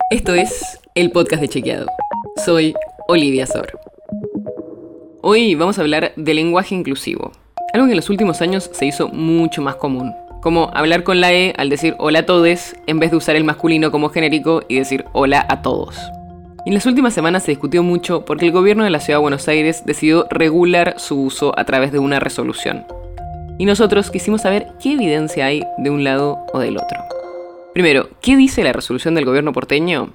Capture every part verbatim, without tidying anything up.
Esto es el podcast de Chequeado. Soy Olivia Sor. Hoy vamos a hablar de lenguaje inclusivo, algo que en los últimos años se hizo mucho más común, como hablar con la E al decir hola a todes, en vez de usar el masculino como genérico y decir hola a todos. Y en las últimas semanas se discutió mucho porque el gobierno de la Ciudad de Buenos Aires decidió regular su uso a través de una resolución. Y nosotros quisimos saber qué evidencia hay de un lado o del otro. Primero, ¿qué dice la resolución del gobierno porteño?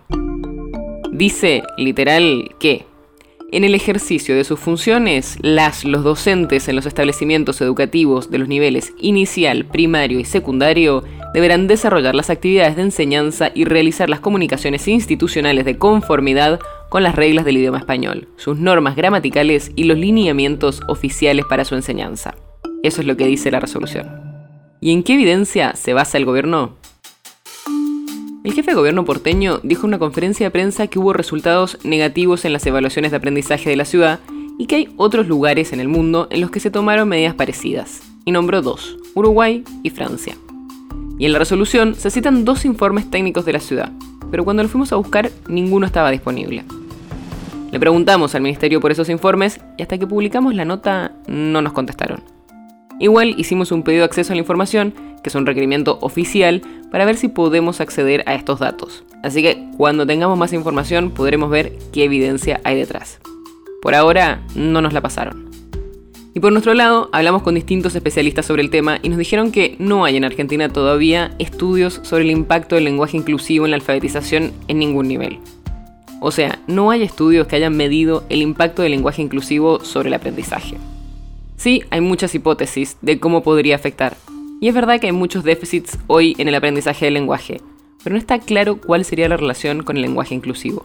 Dice, literal, que en el ejercicio de sus funciones, las, los docentes en los establecimientos educativos de los niveles inicial, primario y secundario deberán desarrollar las actividades de enseñanza y realizar las comunicaciones institucionales de conformidad con las reglas del idioma español, sus normas gramaticales y los lineamientos oficiales para su enseñanza. Eso es lo que dice la resolución. ¿Y en qué evidencia se basa el gobierno? El jefe de gobierno porteño dijo en una conferencia de prensa que hubo resultados negativos en las evaluaciones de aprendizaje de la ciudad y que hay otros lugares en el mundo en los que se tomaron medidas parecidas, y nombró dos, Uruguay y Francia. Y en la resolución se citan dos informes técnicos de la ciudad, pero cuando los fuimos a buscar, ninguno estaba disponible. Le preguntamos al ministerio por esos informes y hasta que publicamos la nota no nos contestaron. Igual hicimos un pedido de acceso a la información, que es un requerimiento oficial, para ver si podemos acceder a estos datos. Así que cuando tengamos más información podremos ver qué evidencia hay detrás. Por ahora no nos la pasaron. Y por nuestro lado hablamos con distintos especialistas sobre el tema y nos dijeron que no hay en Argentina todavía estudios sobre el impacto del lenguaje inclusivo en la alfabetización en ningún nivel. O sea, no hay estudios que hayan medido el impacto del lenguaje inclusivo sobre el aprendizaje. Sí, hay muchas hipótesis de cómo podría afectar. Y es verdad que hay muchos déficits hoy en el aprendizaje del lenguaje, pero no está claro cuál sería la relación con el lenguaje inclusivo.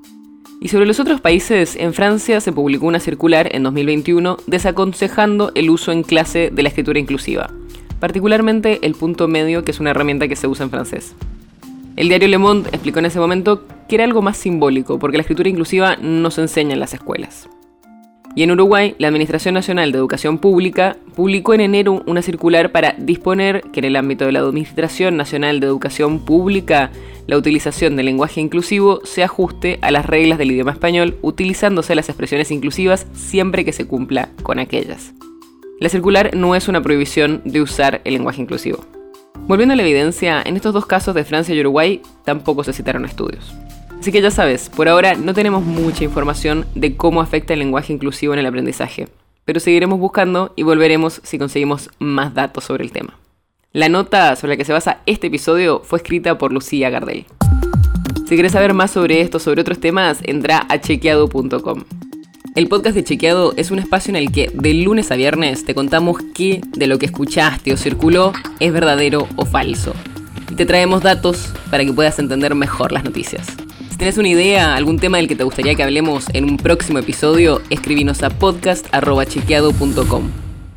Y sobre los otros países, en Francia se publicó una circular en dos mil veintiuno desaconsejando el uso en clase de la escritura inclusiva, particularmente el punto medio, que es una herramienta que se usa en francés. El diario Le Monde explicó en ese momento que era algo más simbólico, porque la escritura inclusiva no se enseña en las escuelas. Y en Uruguay, la Administración Nacional de Educación Pública publicó en enero una circular para disponer que en el ámbito de la Administración Nacional de Educación Pública, la utilización del lenguaje inclusivo se ajuste a las reglas del idioma español, utilizándose las expresiones inclusivas siempre que se cumpla con aquellas. La circular no es una prohibición de usar el lenguaje inclusivo. Volviendo a la evidencia, en estos dos casos de Francia y Uruguay tampoco se citaron estudios. Así que ya sabes, por ahora no tenemos mucha información de cómo afecta el lenguaje inclusivo en el aprendizaje, pero seguiremos buscando y volveremos si conseguimos más datos sobre el tema. La nota sobre la que se basa este episodio fue escrita por Lucía Gardel. Si querés saber más sobre esto o sobre otros temas, entra a chequeado punto com. El podcast de Chequeado es un espacio en el que de lunes a viernes te contamos qué de lo que escuchaste o circuló es verdadero o falso. Y te traemos datos para que puedas entender mejor las noticias. Si tienes una idea, algún tema del que te gustaría que hablemos en un próximo episodio, escribinos a podcast arroba chequeado punto com.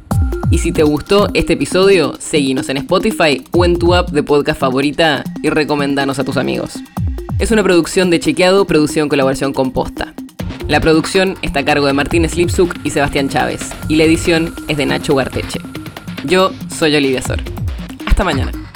Y si te gustó este episodio, seguinos en Spotify o en tu app de podcast favorita y recomendanos a tus amigos. Es una producción de Chequeado, producción en colaboración con Posta. La producción está a cargo de Martín Slipsuk y Sebastián Chávez, y la edición es de Nacho Garteche. Yo soy Olivia Sor. Hasta mañana.